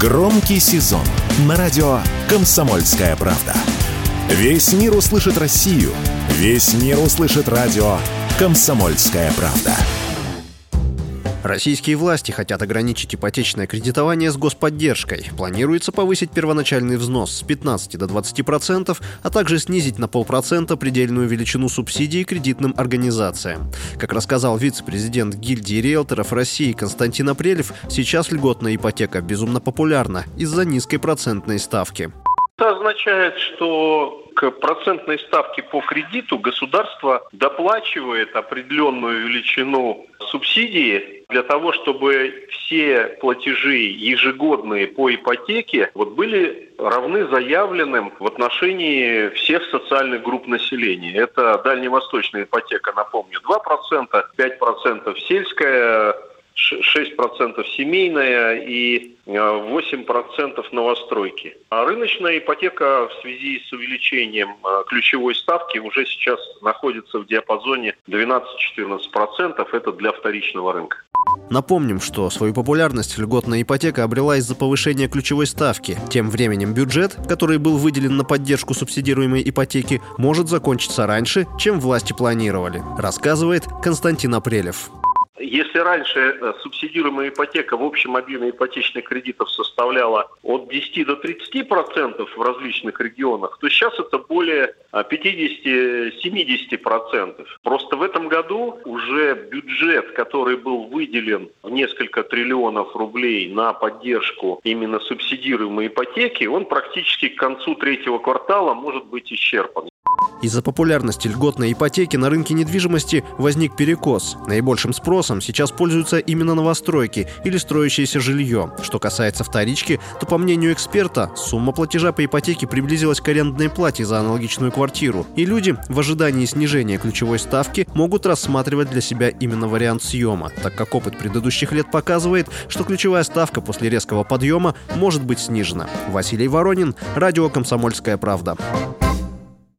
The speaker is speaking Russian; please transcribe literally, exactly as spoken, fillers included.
Громкий сезон на радио «Комсомольская правда». Весь мир услышит Россию. Весь мир услышит радио «Комсомольская правда». Российские власти хотят ограничить ипотечное кредитование с господдержкой. Планируется повысить первоначальный взнос с пятнадцати до двадцати процентов, а также снизить на полпроцента предельную величину субсидий кредитным организациям. Как рассказал вице-президент гильдии риэлторов России Константин Апрелев, сейчас льготная ипотека безумно популярна из-за низкой процентной ставки. Это означает, что к процентной ставке по кредиту государство доплачивает определенную величину субсидии для того, чтобы все платежи ежегодные по ипотеке вот были равны заявленным в отношении всех социальных групп населения. Это дальневосточная ипотека, напомню, два процента, пять процентов сельская, шесть процентов семейная и восемь процентов новостройки. А рыночная ипотека в связи с увеличением ключевой ставки уже сейчас находится в диапазоне двенадцать-четырнадцать процентов. Это для вторичного рынка. Напомним, что свою популярность льготная ипотека обрела из-за повышения ключевой ставки. Тем временем бюджет, который был выделен на поддержку субсидируемой ипотеки, может закончиться раньше, чем власти планировали, рассказывает Константин Апрелев. Если раньше субсидируемая ипотека в общем объеме ипотечных кредитов составляла от десяти до тридцати процентов в различных регионах, то сейчас это более пятидесяти-семидесяти процентов. Просто в этом году уже бюджет, который был выделен в несколько триллионов рублей на поддержку именно субсидируемой ипотеки, он практически к концу третьего квартала может быть исчерпан. Из-за популярности льготной ипотеки на рынке недвижимости возник перекос. Наибольшим спросом сейчас пользуются именно новостройки или строящееся жилье. Что касается вторички, то, по мнению эксперта, сумма платежа по ипотеке приблизилась к арендной плате за аналогичную квартиру. И люди в ожидании снижения ключевой ставки могут рассматривать для себя именно вариант съема, так как опыт предыдущих лет показывает, что ключевая ставка после резкого подъема может быть снижена. Василий Воронин, радио «Комсомольская правда».